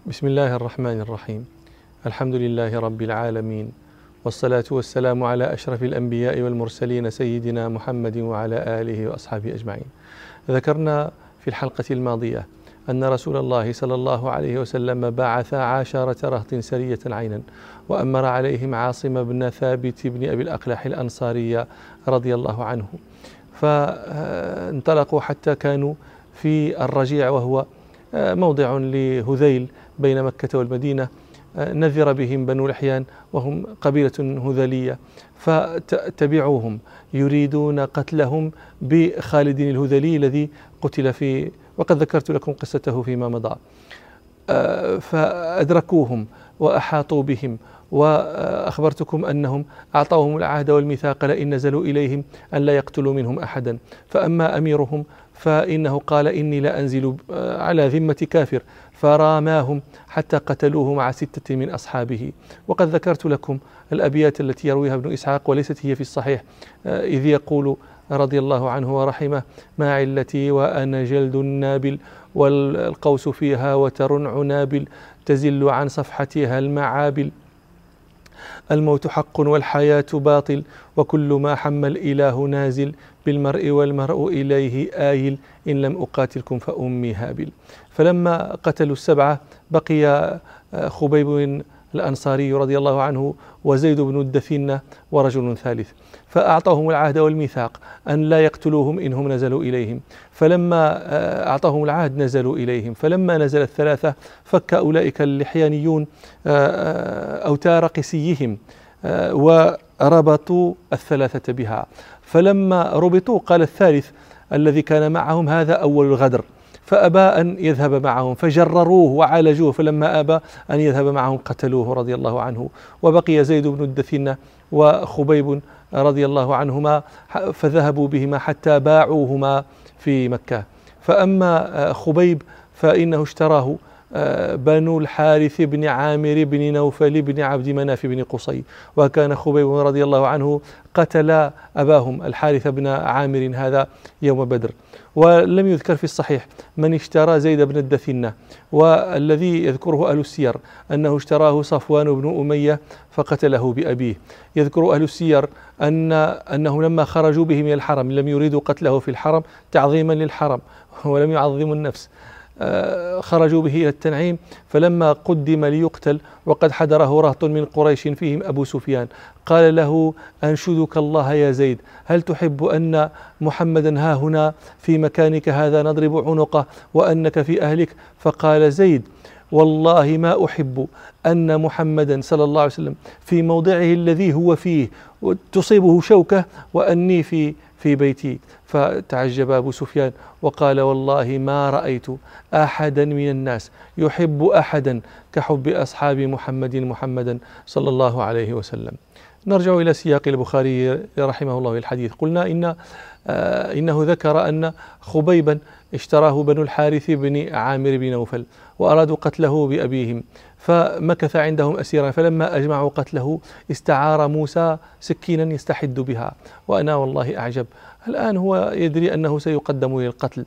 بسم الله الرحمن الرحيم. الحمد لله رب العالمين، والصلاة والسلام على أشرف الأنبياء والمرسلين سيدنا محمد وعلى آله وأصحابه أجمعين. ذكرنا في الحلقة الماضية أن رسول الله صلى الله عليه وسلم بعث 10 رهط سرية عينا، وأمر عليهم عاصم بن ثابت بن أبي الأقلح الأنصاري رضي الله عنه، فانطلقوا حتى كانوا في الرجيع، وهو موضع لهذيل بين مكة والمدينة. نذر بهم بنو لحيان وهم قبيلة هذلية، فتبعوهم يريدون قتلهم بخالد الهذلي الذي قتل وقد ذكرت لكم قصته فيما مضى. فأدركوهم وأحاطوا بهم، وأخبرتكم أنهم أعطوهم العهد والميثاق لئن نزلوا إليهم أن لا يقتلوا منهم أحدا. فأما أميرهم فإنه قال إني لا أنزل على ذمة كافر، فراماهم حتى قتلوه مع 6 من أصحابه. وقد ذكرت لكم الأبيات التي يرويها ابن إسحاق وليست هي في الصحيح، إذ يقول رضي الله عنه ورحمه: ما علتي وأنا جلد نابل، والقوس فيها وتر عنابل، تزل عن صفحتها المعابل، الموت حق والحياة باطل، وكل ما حم الإله نازل، بالمرء والمرء إليه آيل، إن لم أقاتلكم فأمي هابل. فلما قتلوا 7 بقي خبيب الأنصاري رضي الله عنه وزيد بن الدثنة ورجل ثالث، فأعطاهم العهد والميثاق أن لا يقتلوهم إنهم نزلوا إليهم. فلما أعطاهم العهد نزلوا إليهم، فلما نزل 3 فك أولئك اللحيانيون أوتار قسيهم وربطوا 3 بها. فلما ربطوا قال الثالث الذي كان معهم: هذا أول الغدر، فأبى أن يذهب معهم، فجرروه وعالجوه، فلما أبى أن يذهب معهم قتلوه رضي الله عنه. وبقي زيد بن الدثنة وخبيب رضي الله عنهما، فذهبوا بهما حتى باعوهما في مكة. فأما خبيب فإنه اشتراه بنو الحارث بن عامر بن نوفل بن عبد مناف بن قصي، وكان خبيب رضي الله عنه قتل أباهم الحارث بن عامر هذا يوم بدر. ولم يذكر في الصحيح من اشترى زيد بن الدثنة، والذي يذكره أهل السير أنه اشتراه صفوان بن أمية فقتله بأبيه. يذكر أهل السير أنهم لما خرجوا به من الحرم لم يريدوا قتله في الحرم تعظيما للحرم ولم يعظموا النفس، خرجوا به إلى التنعيم، فلما قدم ليقتل وقد حضره رهط من قريش فيهم أبو سفيان قال له: أنشدك الله يا زيد، هل تحب أن محمدا ها هنا في مكانك هذا نضرب عنقه وأنك في أهلك؟ فقال زيد: والله ما أحب أن محمدا صلى الله عليه وسلم في موضعه الذي هو فيه تصيبه شوكة وأني في بيتي. فتعجب أبو سفيان وقال: والله ما رأيت أحدا من الناس يحب أحدا كحب أصحاب محمدا صلى الله عليه وسلم. نرجع إلى سياق البخاري رحمه الله الحديث. قلنا إنه ذكر أن خبيبا اشتراه بنو الحارث بن عامر بن نوفل وأرادوا قتله بأبيهم، فمكث عندهم أسيرا، فلما أجمعوا قتله استعار موسى سكينا يستحد بها. وأنا والله أعجب، الآن هو يدري أنه سيقدم للقتل،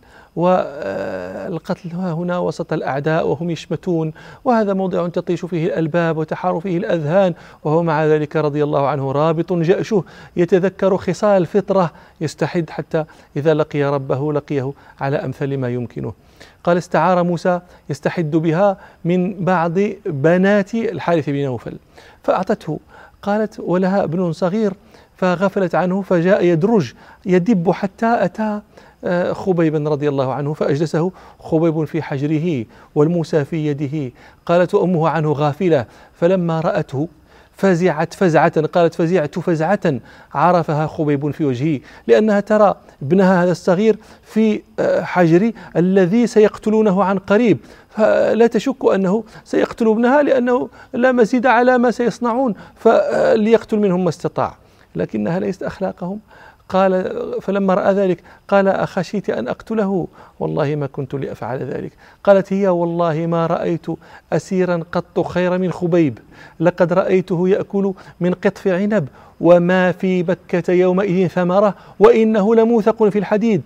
والقتل هنا وسط الأعداء وهم يشمتون، وهذا موضع تطيش فيه الألباب وتحار فيه الأذهان، وهو مع ذلك رضي الله عنه رابط جأشه يتذكر خصال الفطرة، يستحد حتى إذا لقي ربه لقيه على أمثل ما يمكنه. قال: استعار موسى يستحد بها من بعض بنات الحارث بن نوفل فأعطته. قالت: ولها ابن صغير، فغفلت عنه، فجاء يدرج يدب حتى أتى خبيبا رضي الله عنه، فأجلسه خبيب في حجره والموسى في يده. قالت أمه عنه غافلة، فلما رأته فزعت فزعة، قالت: فزعت فزعة عرفها خبيب في وجهه، لأنها ترى ابنها هذا الصغير في حجر الذي سيقتلونه عن قريب، فلا تشك أنه سيقتل ابنها، لأنه لا مزيد على ما سيصنعون، فليقتل منهم ما استطاع، لكنها ليست أخلاقهم. قال: فلما رأى ذلك قال: أخشيت أن أقتله؟ والله ما كنت لأفعل ذلك. قالت هي: والله ما رأيت أسيرا قط خير من خبيب، لقد رأيته يأكل من قطف عنب، وما في بكة يومئذ ثمرة، وإنه لموثق في الحديد.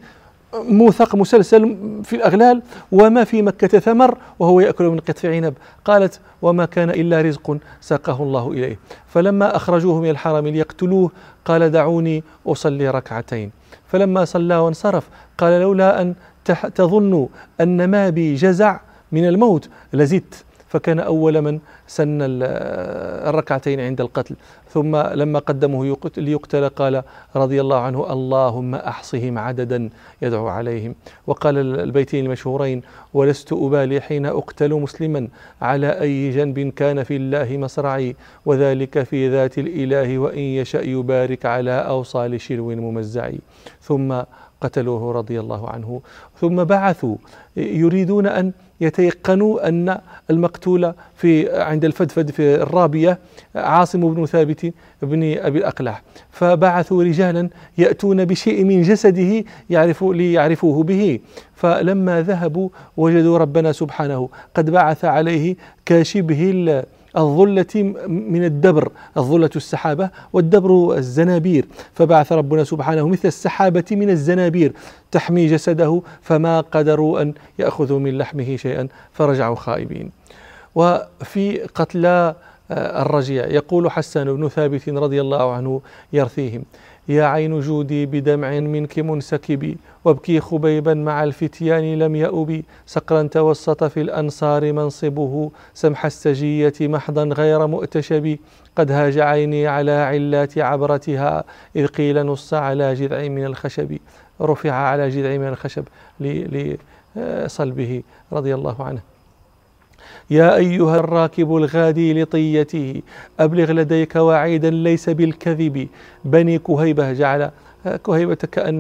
موثق مسلسل في الأغلال، وما في مكة ثمر وهو يأكل من قطف عنب. قالت: وما كان إلا رزق ساقه الله إليه. فلما أخرجوه من الحرم ليقتلوه قال: دعوني أصلي ركعتين. فلما صلى وانصرف قال: لولا أن تظنوا أن ما بي جزع من الموت لزدت. فكان أول من سن الركعتين عند القتل. ثم لما قدمه ليقتل قال رضي الله عنه: اللهم أحصهم عددا، يدعو عليهم. وقال البيتين المشهورين: ولست أبالي حين أقتل مسلما على أي جنب كان في الله مصرعي، وذلك في ذات الإله وإن يشأ يبارك على أوصال شلو ممزعي. ثم قتلوه رضي الله عنه. ثم بعثوا يريدون أن يتيقنوا أن المقتول عند الفدفد في الرابية عاصم بن ثابت بن أبي الأقلع، فبعثوا رجالا يأتون بشيء من جسده ليعرفوه به. فلما ذهبوا وجدوا ربنا سبحانه قد بعث عليه كاشبه الظلة من الدبر، الظلة السحابة والدبر الزنابير، فبعث ربنا سبحانه مثل السحابة من الزنابير تحمي جسده، فما قدروا أن يأخذوا من لحمه شيئا فرجعوا خائبين. وفي قتلى الرجيع يقول حسان بن ثابت رضي الله عنه يرثيهم: يا عين جودي بدمع منك منسكبي، وابكي خبيبا مع الفتيان لم يأبي، صقرا توسط في الأنصار منصبه، سمح السجية محضا غير مؤتشبي، قد هاج عيني على علات عبرتها، إذ قيل نص على جذع من الخشب. رفع على جذع من الخشب لصلبه رضي الله عنه. يا أيها الراكب الغادي لطيته، أبلغ لديك وعيدا ليس بالكذب، بني كهيبة، جعل كهيبة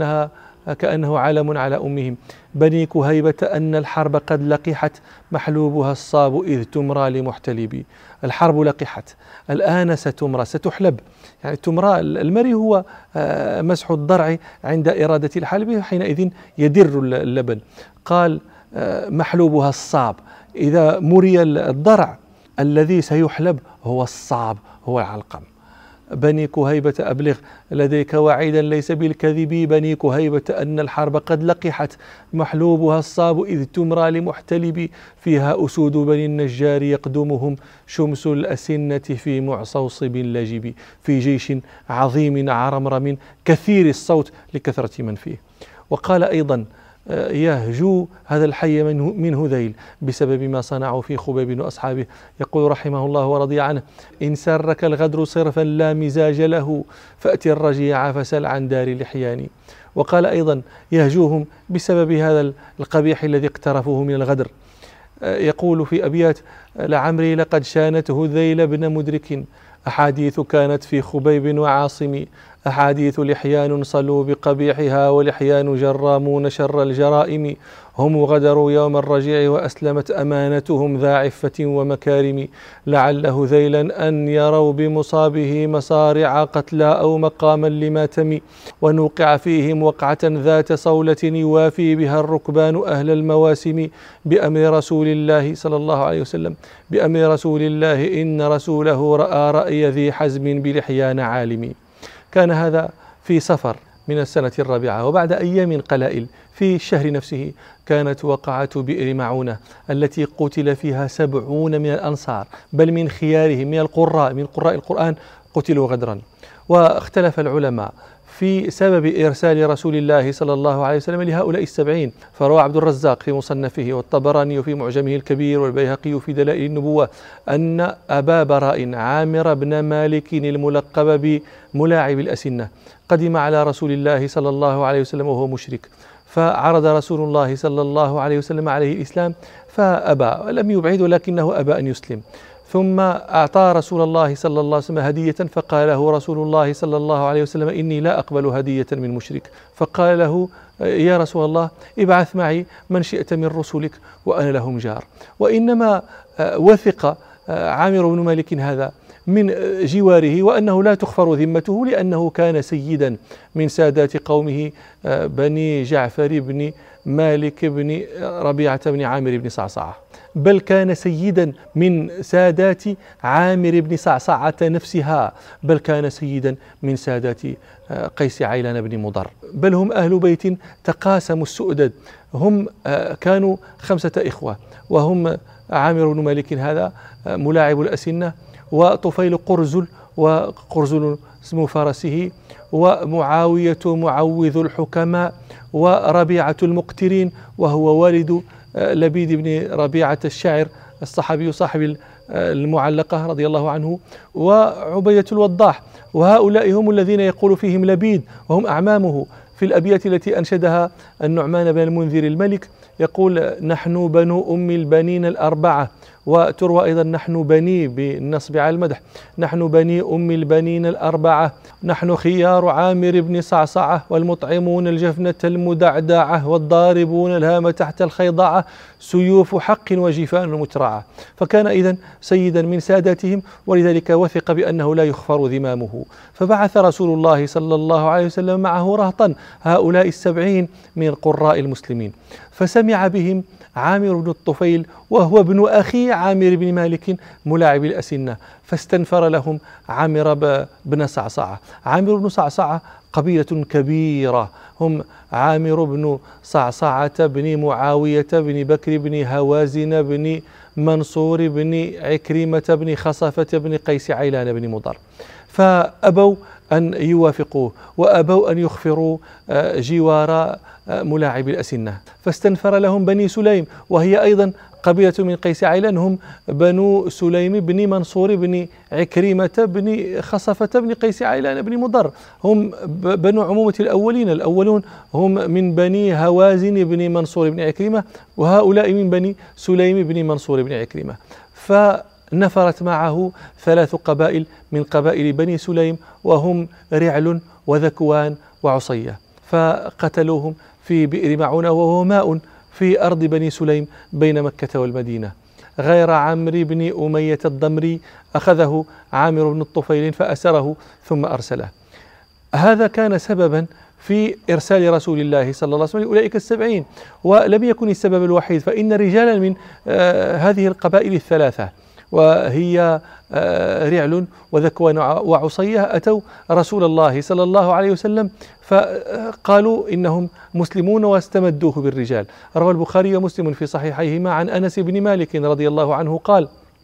كأنه علم على أمهم، بني كهيبة أن الحرب قد لقحت، محلوبها الصاب إذ تمرى لمحتلب. الحرب لقحت، الآن ستمرى، ستحلب. يعني تمرى المري هو مسح الضرع عند إرادة الحلب، حينئذ يدر اللبن. قال: محلوبها الصاب، إذا مري الضرع الذي سيحلب هو الصاب، هو العلقم. بني كهيبة أبلغ لديك وعيدا ليس بالكذب، بني كهيبة أن الحرب قد لقحت، محلوبها الصاب إذ تمرى لمحتلب، فيها أسود بني النجار يقدمهم، شمس الأسنة في معصوصب لجب، في جيش عظيم عرمرم كثير الصوت لكثرة من فيه. وقال أيضا: يهجو هذا الحي من هذيل بسبب ما صنعوا في خبيب وأصحابه. يقول رحمه الله ورضي عنه: إن سرك الغدر صرفا لا مزاج له، فأت الرجيع فسل عن دار لحيان. وقال أيضا: يهجوهم بسبب هذا القبيح الذي اقترفوه من الغدر. يقول في أبيات: لعمري لقد شانت هذيل بن مدرك، أحاديث كانت في خبيب وعاصم، أحاديث لحيان صلوا بقبيحها، ولحيان جرامون شر الجرائم، هم غدروا يوم الرجيع وأسلمت أمانتهم ذا عفة ومكارم، لعل هذيلا أن يروا بمصابه مصارع قتلى أو مقاما لماتم، ونوقع فيهم وقعة ذات صولة يوافي بها الركبان أهل المواسم، بأمر رسول الله صلى الله عليه وسلم، بأمر رسول الله إن رسوله رأى رأي ذي حزم بلحيان عالم. كان هذا في صفر من السنة الرابعة، وبعد أيام قلائل في الشهر نفسه كانت وقعة بئر معونة التي قتل فيها 70 من الأنصار، بل من خيارهم من قراء القرآن قتلوا غدرا. واختلف العلماء في سبب إرسال رسول الله صلى الله عليه وسلم لهؤلاء 70، فروى عبد الرزاق في مصنفه، والطبراني في معجمه الكبير، والبيهقي في دلائل النبوة، أن أبا براء عامر بن مالك الملقب بملاعب الأسنة قدم على رسول الله صلى الله عليه وسلم وهو مشرك، فعرض رسول الله صلى الله عليه وسلم عليه الإسلام فأبى، لم يبعد ولكنه أبى أن يسلم. ثم أعطى رسول الله صلى الله عليه وسلم هدية، فقال له رسول الله صلى الله عليه وسلم: إني لا أقبل هدية من مشرك. فقال له: يا رسول الله ابعث معي من شئت من رسلك وأنا لهم جار. وإنما وثق عامر بن مالك هذا من جواره وأنه لا تخفر ذمته، لأنه كان سيدا من سادات قومه بني جعفر بن مالك بن ربيعة بن عامر بن صعصعة، بل كان سيدا من سادات عامر بن صعصعة نفسها، بل كان سيدا من سادات قيس عيلان بن مضر، بل هم أهل بيت تقاسموا السؤدد. هم كانوا 5 إخوة، وهم عامر بن مالك هذا ملاعب الأسنة، وطفيل قرزل، وقرزل اسم فرسه، ومعاوية معوذ الحكماء، وربيعة المقترين وهو والد لبيد بن ربيعة الشاعر الصحابي صاحب المعلقة رضي الله عنه، وعبيدة الوضاح. وهؤلاء هم الذين يقول فيهم لبيد وهم أعمامه في الأبيات التي أنشدها النعمان بن المنذر الملك، يقول: نحن بنو أم البنين الأربعة، وتروى أيضا نحن بني بالنصب على المدح، نحن بني أم البنين الأربعة، نحن خيار عامر بن صعصعة، والمطعمون الجفنة المدعدعة، والضاربون الهام تحت الخيضعة، سيوف حق وجفان مترعة. فكان إذن سيدا من ساداتهم، ولذلك وثق بأنه لا يخفر ذمامه. فبعث رسول الله صلى الله عليه وسلم معه رهطا، هؤلاء 70 من قراء المسلمين، فسمع بهم عامر بن الطفيل وهو ابن أخي عامر بن مالك ملاعب الأسنة، فاستنفر لهم عامر بن صعصعة. عامر بن صعصعة قبيلة كبيرة، هم عامر بن صعصعة بن معاوية بن بكر بن هوازن بن منصور بن عكرمة بن خصفة بن قيس عيلان بن مضر، فأبوا أن يوافقوه، وأبوا أن يخفروا جوار ملاعب الأسنة، فاستنفر لهم بني سليم، وهي أيضا قبيلة من قيس عيلان، هم بنو سليم بن منصور بن عكرمة بن خصفة بن قيس عيلان بن مضر، هم بنو عمومة الأولين. الأولون هم من بني هوازن بن منصور بن عكرمة، وهؤلاء من بني سليم بن منصور بن عكرمة. فنفرت معه 3 قبائل من قبائل بني سليم، وهم رعل وذكوان وعصية، فقتلوهم في بئر معونة، وهو ماء في أرض بني سليم بين مكة والمدينة. غير عمرو بن أمية الضمري أخذه عامر بن الطفيل فأسره ثم أرسله. هذا كان سببا في إرسال رسول الله صلى الله عليه وسلم لأولئك 70، ولم يكن السبب الوحيد، فإن رجالا من هذه القبائل 3 وهي رعل وذكوان وعصية أتوا رسول الله صلى الله عليه وسلم فقالوا إنهم مسلمون واستمدوه بالرجال. روى البخاري ومسلم في صحيحيهما عن أنس بن مالك رضي الله عنه قال: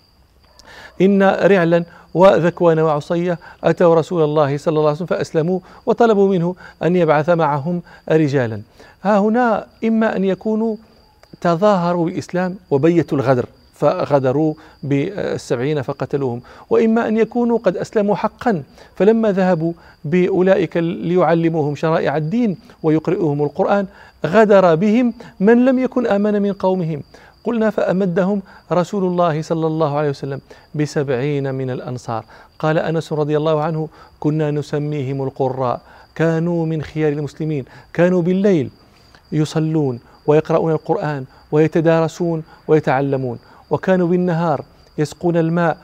إن رعلا وذكوان وعصية أتوا رسول الله صلى الله عليه وسلم فأسلموا، وطلبوا منه أن يبعث معهم رجالا. ها هنا إما أن يكونوا تظاهروا بالإسلام وبيتوا الغدر فغدروا ب70 فقتلوهم، وإما أن يكونوا قد أسلموا حقا، فلما ذهبوا بأولئك ليعلموهم شرائع الدين ويقرئوهم القرآن غدر بهم من لم يكن آمن من قومهم. قلنا: فأمدهم رسول الله صلى الله عليه وسلم ب70 من الأنصار. قال أنس رضي الله عنه: كنا نسميهم القراء، كانوا من خيار المسلمين، كانوا بالليل يصلون ويقرؤون القرآن ويتدارسون ويتعلمون، وكانوا بالنهار يسقون الماء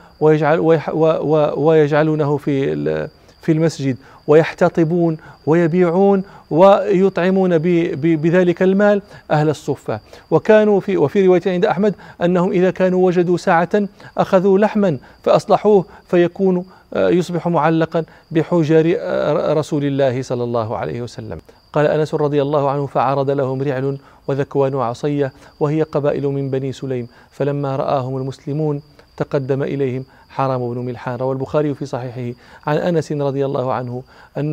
ويجعلونه في المسجد ويحتطبون ويبيعون ويطعمون بذلك المال أهل الصفة. وكانوا وفي رواية عند أحمد أنهم إذا كانوا وجدوا ساعة أخذوا لحما فأصلحوه فيكون يصبح معلقا بحجر رسول الله صلى الله عليه وسلم. قال أنس رضي الله عنه: فعرض لهم رعل وذكوان وعصية وهي قبائل من بني سليم، فلما رآهم المسلمون تقدم إليهم حرام بن ملحان. روى البخاري في صحيحه عن أنس رضي الله عنه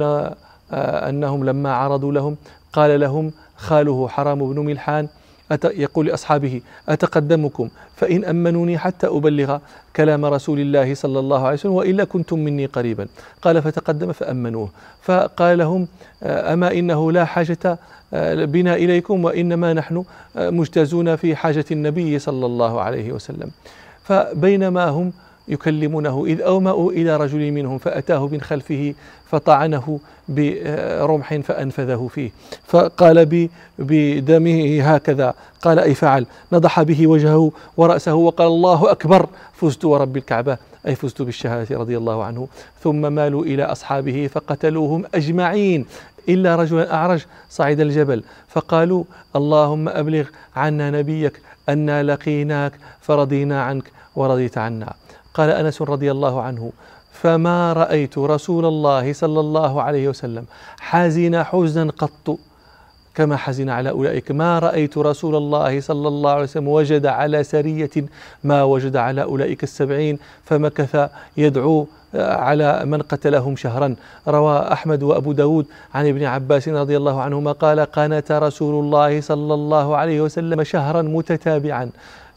أنهم لما عرضوا لهم قال لهم خاله حرام بن ملحان يقول لأصحابه: أتقدمكم فإن أمنوني حتى أبلغ كلام رسول الله صلى الله عليه وسلم، وإلا كنتم مني قريبا. قال: فتقدم فأمنوه، فقال لهم: أما إنه لا حاجة بنا إليكم، وإنما نحن مجتازون في حاجة النبي صلى الله عليه وسلم. فبينما هم يكلمونه إذ أومأوا إلى رجل منهم فأتاه من خلفه فطعنه برمح فأنفذه فيه، فقال بدمه هكذا، قال: أي فعل، نضح به وجهه ورأسه وقال: الله أكبر، فزت ورب الكعبة، أي فزت بالشهادة رضي الله عنه. ثم مالوا إلى أصحابه فقتلوهم أجمعين إلا رجلا أعرج صعد الجبل فقالوا اللهم أبلغ عنا نبيك أنا لقيناك فرضينا عنك ورضيت عنا. قال أنس رضي الله عنه فما رأيت رسول الله صلى الله عليه وسلم حزن حزنا قط كما حزن على أولئك، ما رأيت رسول الله صلى الله عليه وسلم وجد على سرية ما وجد على أولئك 70، فمكث يدعو على من قتلهم شهرا. روى أحمد وأبو داود عن ابن عباس رضي الله عنهما قال قنت رسول الله صلى الله عليه وسلم شهرا متتابعا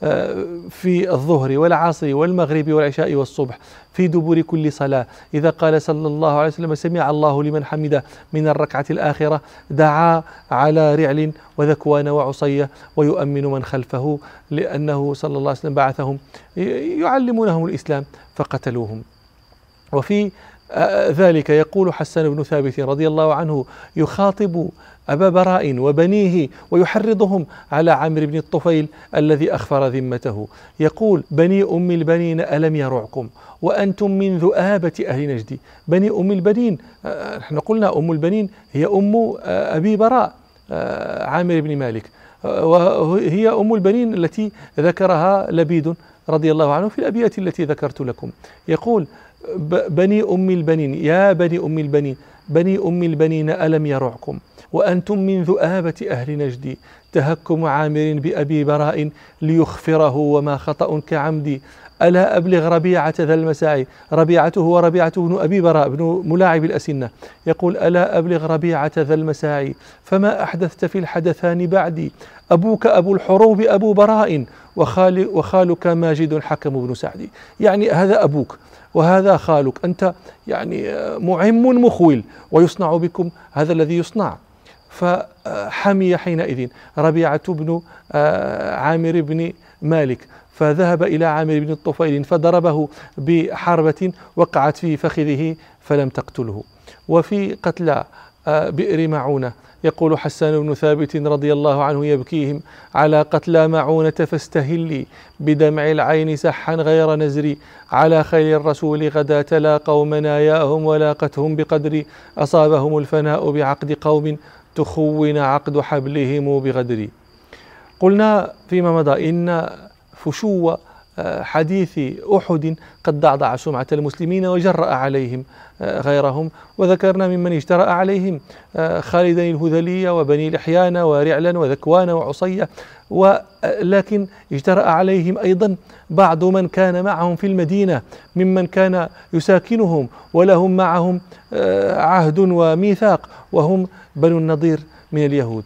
في الظهر والعصر والمغرب والعشاء والصبح في دبر كل صلاة، إذا قال صلى الله عليه وسلم سمع الله لمن حمده من الركعة الآخرة دعا على رعل وذكوان وعصية ويؤمن من خلفه، لأنه صلى الله عليه وسلم بعثهم يعلمونهم الإسلام فقتلوهم. وفي ذلك يقول حسان بن ثابت رضي الله عنه يخاطب أبا براء وبنيه ويحرضهم على عامر بن الطفيل الذي أخفر ذمته، يقول بني أم البنين ألم يرعكم وأنتم من ذؤابة أهل نجد. بني أم البنين، نحن قلنا أم البنين هي أم أبي براء عامر بن مالك، وهي أم البنين التي ذكرها لبيد رضي الله عنه في الأبيات التي ذكرت لكم. يقول بني أم البنين يا بني أم البنين بني أم البنين ألم يرعكم وأنتم من ذؤابة أهل نجد، تهكم عامر بأبي براء ليخفره وما خطأ كعمدي. ألا أبلغ ربيعة ذا المساعي، ربيعته هو ربيعة بن أبي براء بن ملاعب الأسنة، يقول ألا أبلغ ربيعة ذا المساعي فما أحدثت في الحدثان بعدي، أبوك أبو الحروب أبو براء وخالك ماجد حكم بن سعدي. يعني هذا أبوك وهذا خالك، أنت يعني معم مخول ويصنع بكم هذا الذي يصنع. فحمي حينئذ ربيعة بن عامر بن مالك فذهب إلى عامر بن الطفيل فضربه بحربة وقعت في فخذه فلم تقتله. وفي قتلى بئر معونة يقول حسان بن ثابت رضي الله عنه يبكيهم على قتلى معونة فاستهلي بدمع العين سحا غير نزري، على خير الرسول غدا تلاقوا مناياهم ولاقتهم بقدر، أصابهم الفناء بعقد قوم تخون عقد حبلهم بغدر. قلنا فيما مضى إن فشو حديث أحد قد ضعضع سمعة المسلمين وجرأ عليهم غيرهم، وذكرنا ممن اجترأ عليهم خالدا الهذلي وبني لحيان ورعلا وذكوان وعصية، ولكن اجترأ عليهم أيضا بعض من كان معهم في المدينة ممن كان يساكنهم ولهم معهم عهد وميثاق، وهم بنو النضير من اليهود،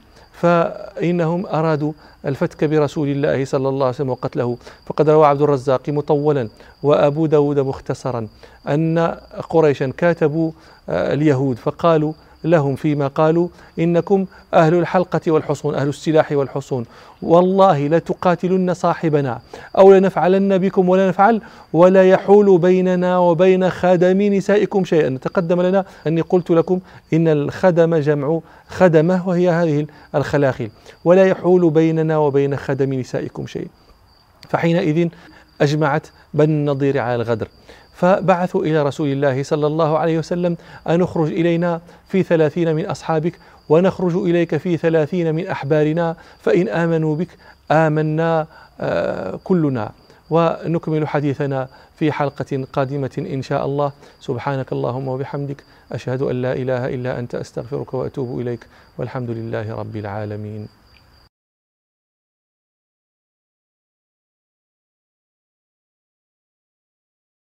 فإنهم أرادوا الفتك برسول الله صلى الله عليه وسلم وقتله. فقد روى عبد الرزاق مطولا وأبو داود مختصرا أن قريشا كاتبوا اليهود فقالوا لهم فيما قالوا إنكم أهل الحلقة والحصون، أهل السلاح والحصون، والله لا تقاتلن صاحبنا أو لنفعلن بكم ولا نفعل ولا يحول بيننا وبين خدم نسائكم شيئا. تقدم لنا أني قلت لكم إن الخدم جمع خدمة وهي هذه الخلاخل، ولا يحول بيننا وبين خدم نسائكم شيء. فحينئذ أجمعت بني النضير على الغدر، فبعثوا إلى رسول الله صلى الله عليه وسلم أن نخرج إلينا في 30 من أصحابك ونخرج إليك في 30 من أحبارنا، فإن آمنوا بك آمنا كلنا. ونكمل حديثنا في حلقة قادمة إن شاء الله. سبحانك اللهم وبحمدك، أشهد أن لا إله إلا أنت، أستغفرك وأتوب إليك، والحمد لله رب العالمين.